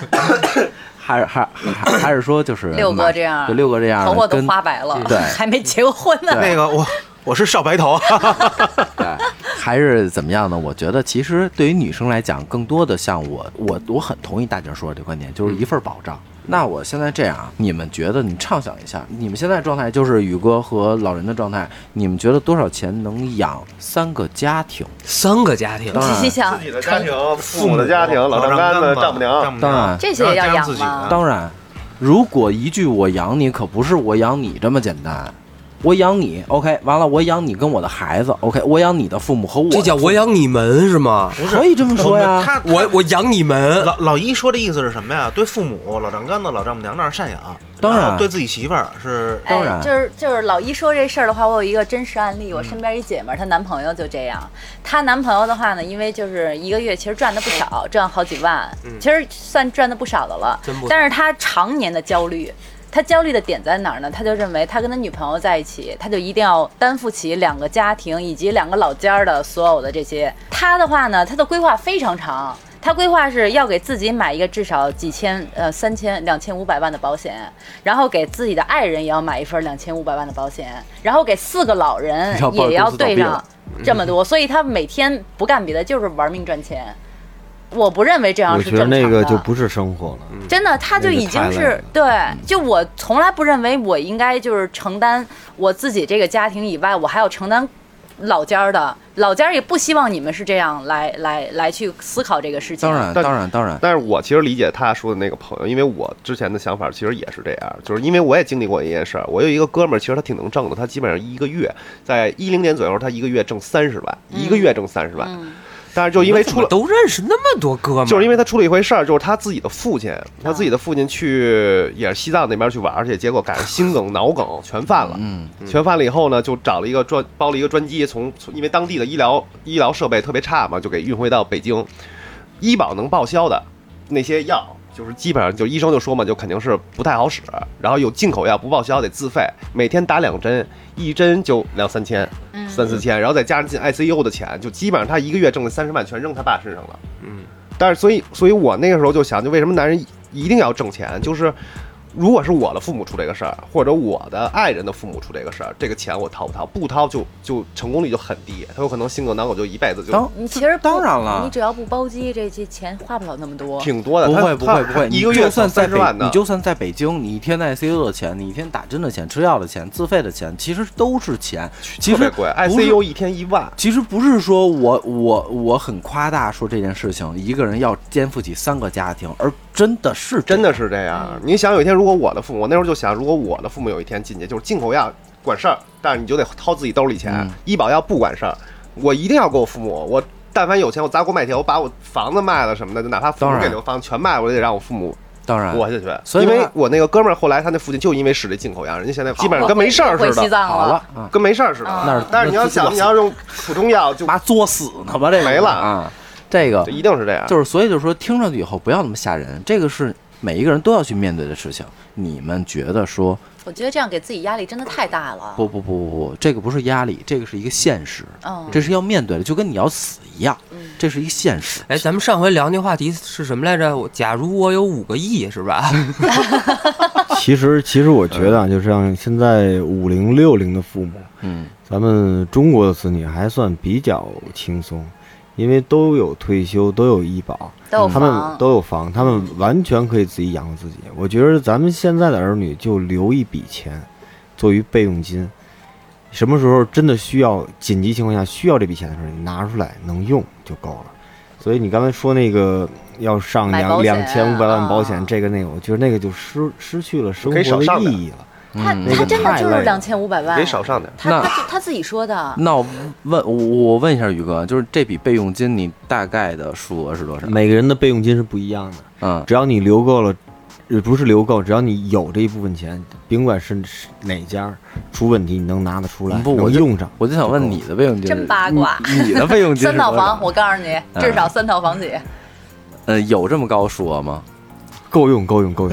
还是说就是六哥这样， 就六哥这样， 头发都花白了， 对， 还没结过婚呢。 那个我是少白头， 对，还是怎么样呢？我觉得其实对于女生来讲，更多的像我很同意大姐说的这个观点，就是一份保障。那我现在这样，你们觉得你畅想一下，你们现在状态就是宇哥和老人的状态，你们觉得多少钱能养3个家庭 ？3个家庭， 仔细想， 自己的家庭、父母的家庭、老丈干的丈母娘， 当然这些也要养吗？ 当然，如果一句我养你，可不是我养你这么简单。我养你 ，OK， 完了，我养你跟我的孩子 ，OK， 我养你的父母和我的父母， 这叫我养你们是吗？ 可以这么说呀。 我养你们。 老一说的意思是什么呀？对父母、老丈干的、老丈母娘那儿赡养， 当然对自己媳妇儿是当然。 就是老一说这事儿的话，我有一个真实案例，我身边一姐们儿，她男朋友就这样。她男朋友的话呢，因为就是一个月其实赚的不少，赚好几万，其实算赚的不少的了。但是他常年的焦虑。他焦虑的点在哪儿呢？他就认为他跟他女朋友在一起，他就一定要担负起2个家庭以及2个老家的所有的这些。他的话呢，他的规划非常长，他规划是要给自己买一个至少2500万的保险，然后给自己的爱人也要买一份2500万的保险，然后给4个老人也要对上这么多，所以他每天不干别的，就是玩命赚钱。我不认为这样是正常的。 我觉得那个就不是生活了， 真的，他就已经是对。就我从来不认为我应该就是承担我自己这个家庭以外，我还要承担老家的，老家也不希望你们是这样来去思考这个事情。 当然。 但是我其实理解他说的那个朋友，因为我之前的想法其实也是这样，就是因为我也经历过一件事儿。我有一个哥们儿，其实他挺能挣的，他基本上一个月在10年左右，他一个月挣30万，一个月挣30万。但是就因为出了都认识那么多哥们， 就是因为他出了一回事儿，就是他自己的父亲去也是西藏那边去玩，而且结果赶上心梗、脑梗全犯了，全犯了以后呢，就找了一个包了一个专机，因为当地的医疗设备特别差嘛，就给运回到北京，医保能报销的那些药。就是基本上就医生就说嘛，就肯定是不太好使，然后有进口药不报销得自费，每天打2针，一针就2-3千，3-4千，然后再加上进 ICU 的钱，就基本上他一个月挣的30万全扔他爸身上了。但是所以我那个时候就想，就为什么男人一定要挣钱？就是如果是我的父母出这个事儿，或者我的爱人的父母出这个事儿，这个钱我掏不掏？不掏就成功率就很低，他有可能心梗脑梗就一辈子就。 你其实当然了， 你只要不包机，这些钱花不了那么多。 挺多的， 不会， 一个月30万的。 你就算在北京，你一天在 ICU 的钱，你一天打针的钱、吃药的钱、自费的钱，其实都是钱。其实贵 ，ICU 一天1万。 其实不是说我很夸大说这件事情，一个人要肩负起3个家庭，而真的是这样。你想有一天，如果我的父母，我那时候就想，如果我的父母有一天进去，就是进口药管事儿，但是你就得掏自己兜里钱，医保药不管事儿，我一定要给我父母，我但凡有钱，我砸锅卖铁，我把我房子卖了什么的，就哪怕父母给留房全卖，我也得让我父母当然活下去。 所以因为我那个哥们儿后来他那父亲就因为使这进口药，人家现在基本上跟没事儿似回西的， 藏了， 跟没事儿似的。但是你要想，你要用普通药就妈作死呢吧，这个没了啊，这个一定是这样。 就是所以就是说，听上去以后不要那么吓人，这个是每一个人都要去面对的事情。你们觉得说？ 我觉得这样给自己压力真的太大了。 不，这个不是压力，这个是一个现实，这是要面对的，就跟你要死一样，这是一个现实。 哎，咱们上回聊那话题是什么来着？假如我有5个亿，是吧？ 其实我觉得啊，就像现在50、60的父母，咱们中国的子女还算比较轻松，因为都有退休，都有医保，他们都有房，他们完全可以自己养活自己。我觉得咱们现在的儿女就留一笔钱作为备用金，什么时候真的需要紧急情况下需要这笔钱的时候，你拿出来能用就够了。所以你刚才说那个要上2500万保险，这个那个，我觉得那个就失去了生活的意义了。 他真的就是2500万， 给少上点。 他自己说的。 那我问一下宇哥，就是这笔备用金你大概的数额是多少？ 每个人的备用金是不一样的，只要你留够了，不是留够，只要你有这一部分钱，甭管是哪家出问题，你能拿得出来，能用上。 我就想问你的备用金， 真八卦。 你的备用金 3套房，我告诉你，至少3套房起。 有这么高数额吗？ 够用。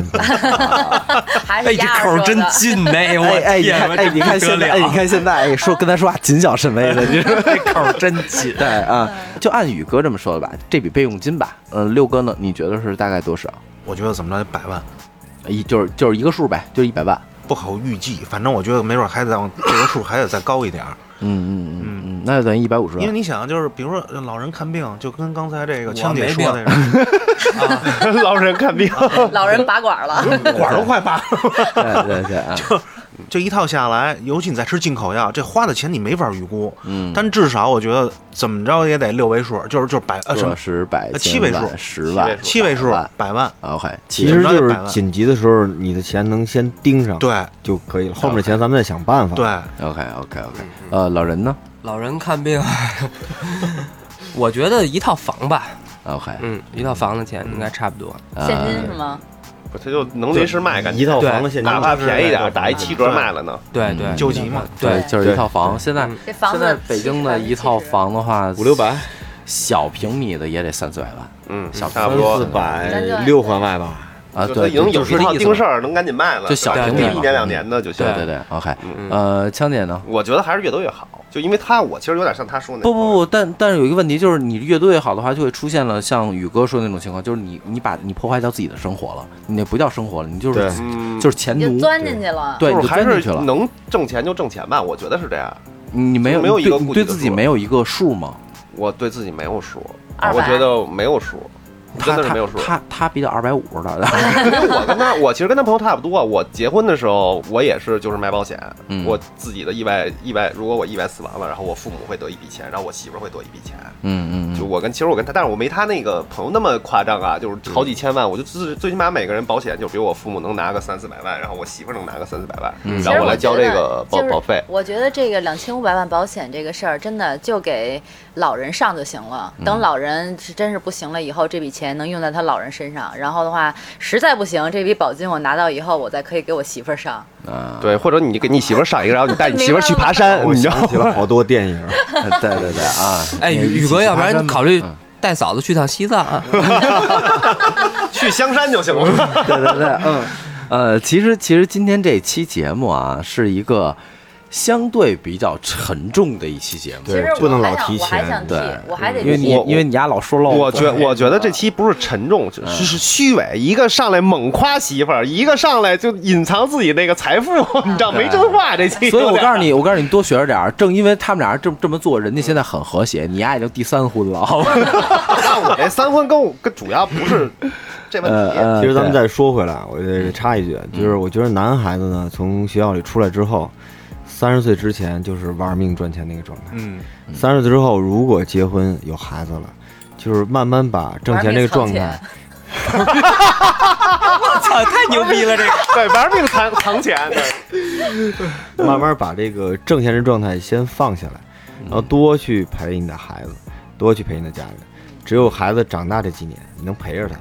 还是这口真近哎！我你看现在，说跟他说话谨小慎微的，你说这口真紧。对啊，就按宇哥这么说的吧，这笔备用金吧，六哥呢，你觉得是大概多少？ 我觉得怎么着得100万， 就是一个数呗，就100万， 不好预计。反正我觉得没准还得往这个数还得再高一点。 那就等于150万。 因为你想，就是比如说老人看病，就跟刚才这个枪姐说的那种，老人看病， 老人拔管了， 管都快拔了。对， 就一套下来，尤其你再吃进口药，这花的钱你没法预估。但至少我觉得怎么着也得6位数，就是7位数 ，10万 ，7位数100万。 OK， 其实就是紧急的时候，你的钱能先盯上， 对就可以了。后面的钱咱们再想办法。 对 ，OK。老人呢？ 老人看病，我觉得一套房吧。 OK， 一套房的钱应该差不多。 现金是吗？ 他就能临时卖，感觉一套房的现金， 哪怕便宜点，打一7折卖了呢。 对， 救急嘛。 对，就是一套房。现在北京的一套房的话 ，500-600， 小平米的也得300-400万。 差不多 300-6环外吧。 对，已经有一套定事儿，能赶紧卖了， 就小平米 ，1年2年的就行。 对 ，OK。枪姐呢？ 我觉得还是越多越好，就因为我其实有点像他说那。 不，但是有一个问题，就是你越多越好的话，就会出现了像宇哥说的那种情况，就是你破坏掉自己的生活了，你那不叫生活了，你就是钱奴， 就钻进去了。 对，你就还是钻进去了。 能挣钱就挣钱吧，我觉得是这样。 你没有一个对自己没有一个数吗？ 我对自己没有数，我觉得没有数。真的是没有数。 他比较250的。 我其实跟他朋友差不多。我结婚的时候，我也是就是买保险。我自己的意外，如果我意外死亡了，然后我父母会得一笔钱，然后我媳妇会得一笔钱。就其实我跟他，但是我没他那个朋友那么夸张啊，就是好几千万。我就最起码每个人保险，就比如我父母能拿个300-400万，然后我媳妇能拿个300-400万，然后我来交这个保费。 我觉得这个2500万保险这个事儿，真的就给老人上就行了。等老人是真是不行了以后，这笔钱能用在他老人身上，然后的话实在不行，这笔保金我拿到以后，我再可以给我媳妇儿上。 对，或者你给你媳妇儿上一个，然后你带你媳妇儿去爬山。 我想起了好多电影。 对啊！ 哎，宇哥，要不然考虑带嫂子去趟西藏啊？ 去香山就行了。 对，其实今天这期节目啊，是一个相对比较沉重的一期节目， 对，不能老提钱， 对， 我还得， 因为你丫老说漏。 我觉得这期不是沉重，是虚伪。一个上来猛夸媳妇儿，一个上来就隐藏自己那个财富，你知道没真话这期。 所以我告诉你多学着点儿。正因为他们俩这么做，人家现在很和谐，你丫已经第3婚了，好吧？ 但我这3婚跟主要不是这问题。 其实咱们再说回来，我得插一句，就是我觉得男孩子呢，从学校里出来之后。30岁之前就是玩命赚钱那个状态，30岁之后如果结婚有孩子了，就是慢慢把挣钱这个状态， 我操，太牛逼了这个！ 对，玩命藏钱， 对，慢慢把这个挣钱这状态先放下来，然后多去陪你的孩子，多去陪你的家人。只有孩子长大这几年，你能陪着他，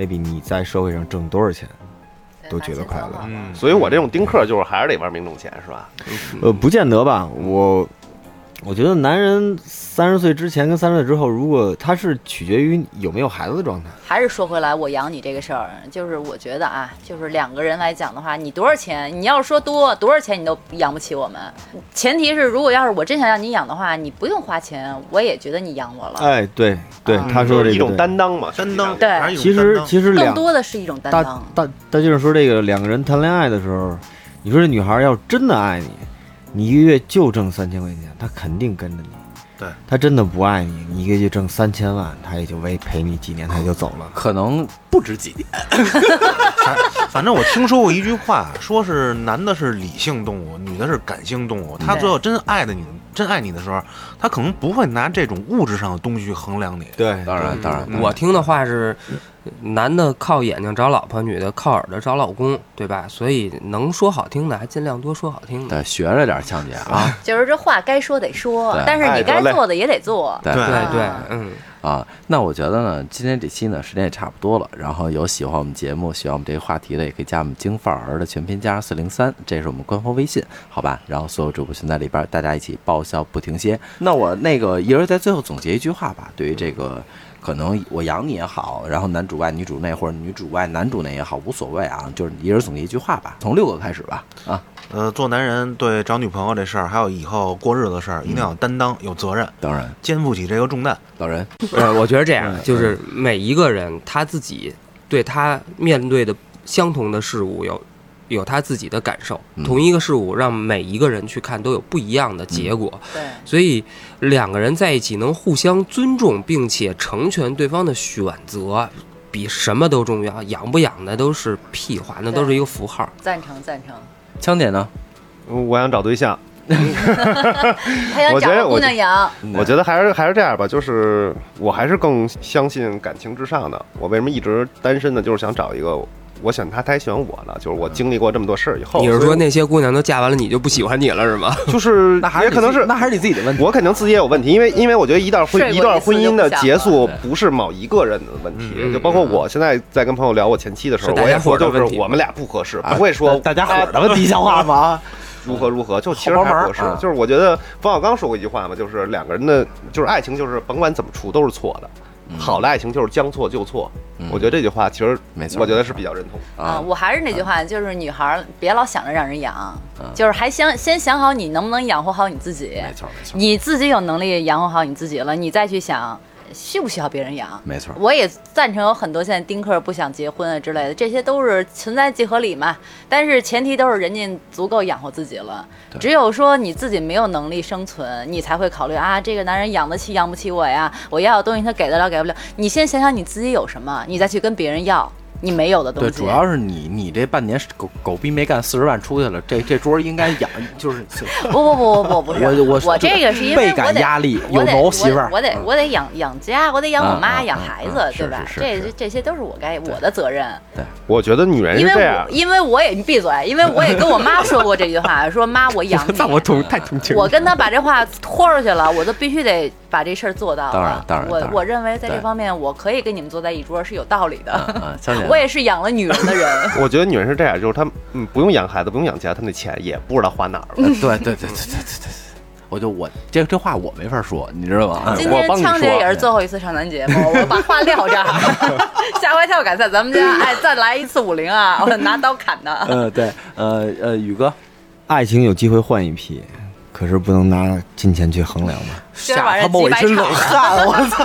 得比你在社会上挣多少钱都觉得快乐。 所以我这种丁克就是还是得玩命挣钱，是吧？ 不见得吧，我觉得男人30岁之前跟30岁之后，如果他是取决于有没有孩子的状态。 还是说回来，我养你这个事儿，就是我觉得啊，就是2个人来讲的话，你多少钱，你要是说多少钱你都养不起我们。前提是，如果要是我真想让你养的话，你不用花钱，我也觉得你养我了。 哎，对，他说这个一种担当嘛， 担当。 对， 其实更多的是一种担当。 大就是说，这个2个人谈恋爱的时候，你说这女孩要真的爱你1个月就挣3000块钱，她肯定跟着你。 对， 她真的不爱你，你1个月挣3000万，她也就陪你几年，她就走了。 可能不止几年。 反正我听说过一句话，说是男的是理性动物，女的是感性动物。他最后真爱你的时候，他可能不会拿这种物质上的东西去衡量你。 对， 当然， 我听的话是，男的靠眼睛找老婆，女的靠耳朵找老公，对吧？所以能说好听的还尽量多说好听的。 对，学着点强姐啊。 就是这话该说得说，但是你该做的也得做。 对，那我觉得呢，今天这期呢时间也差不多了。然后有喜欢我们节目、喜欢我们这个话题的，也可以加我们京范儿的全拼加上403，这是我们官方微信，好吧？然后所有主播群在里边，大家一起爆笑不停歇。那我那个一人在最后总结一句话吧，对于这个。可能我养你也好，然后男主外女主内，或者女主外男主内也好，无所谓啊，就是一人总结一句话吧，从6个开始吧啊。 做男人对找女朋友这事儿，还有以后过日子的事儿，一定要有担当，有责任， 当然肩负起这个重担。 老人， 我觉得这样，就是每一个人他自己对他面对的相同的事物有他自己的感受，同一个事物让每一个人去看都有不一样的结果。 对， 所以2个人在一起能互相尊重，并且成全对方的选择，比什么都重要。养不养的都是屁话，那都是一个符号。 赞成。 枪姐呢？ 我想找对象。 他想找姑娘养。 我觉得还是这样吧，就是我还是更相信感情至上的。我为什么一直单身呢？就是想找一个。我想他也喜欢我了，就是我经历过这么多事儿以后。 你是说那些姑娘都嫁完了，你就不喜欢你了是吗？ 就是也可能是， 那还是你自己的问题。 我肯定自己也有问题，因为我觉得一段婚姻的结束不是某一个人的问题，就包括我现在在跟朋友聊我前妻的时候，我也说就是我们俩不合适，不会说大家伙的问题像话吗？ 如何，就其实还合适。就是我觉得冯小刚说过一句话嘛，就是2个人的，就是爱情，就是甭管怎么处都是错的。好的爱情就是将错就错，我觉得这句话其实没错，我觉得是比较认同啊。我还是那句话，就是女孩别老想着让人养，就是还先想好你能不能养活好你自己。 没错， 你自己有能力养活好你自己了，你再去想需不需要别人养。 没错， 我也赞成有很多现在丁克不想结婚啊之类的，这些都是存在即合理嘛。但是前提都是人家足够养活自己了。只有说你自己没有能力生存，你才会考虑啊，这个男人养得起养不起我呀，我要的东西他给得了给不了。你先想想你自己有什么，你再去跟别人要你没有的东西。 对，主要是你这半年狗逼没干40万出去了，这桌应该养，就是不是我这个是因为倍感压力，有谋媳妇儿， 我得养家，我得养我妈养孩子，对吧？这些都是我的责任。 对， 我觉得女人是这样， 因为我也闭嘴，因为我也跟我妈说过这句话，说妈我养你， 太同情。 我跟她把这话拖出去了，我都必须得把这事儿做到了。 当然， 我认为在这方面我可以跟你们坐在一桌是有道理的。 我也是养了女人的人。 我觉得女人是这样，就是她不用养孩子，不用养家，她那钱也不知道花哪儿了。 对，我这话我没法说，你知道吗？ 今天枪姐也是最后一次上咱节目，我把话撂这儿。下回他要敢在咱们家再来一次50啊，我拿刀砍他。 对，宇哥， 爱情有机会换一批，可是不能拿金钱去衡量嘛。 吓他妈我一身冷汗，我操！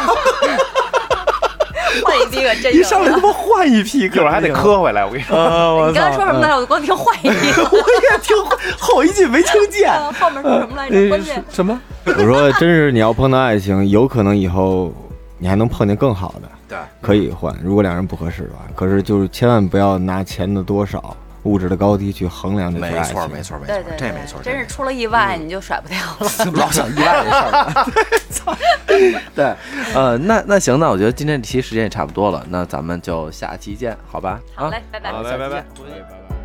换一批可真一上来他妈换一批， 一会儿还得磕回来。我跟你说， 你刚才说什么来着？我光听换一批， 我也听后一句没听见。 后面说什么来着？关键什么？ 我说，真是你要碰到爱情，有可能以后你还能碰见更好的。 对， 可以换。如果2人不合适的话，可是就是千万不要拿钱的多少、物质的高低去衡量这份爱情。 没错， 对， 这没错。 真是出了意外你就甩不掉了。 老想意外这事儿。对，那行，那我觉得今天这期时间也差不多了，那咱们就下期见，好吧？ 好嘞，拜拜。 好嘞，拜拜。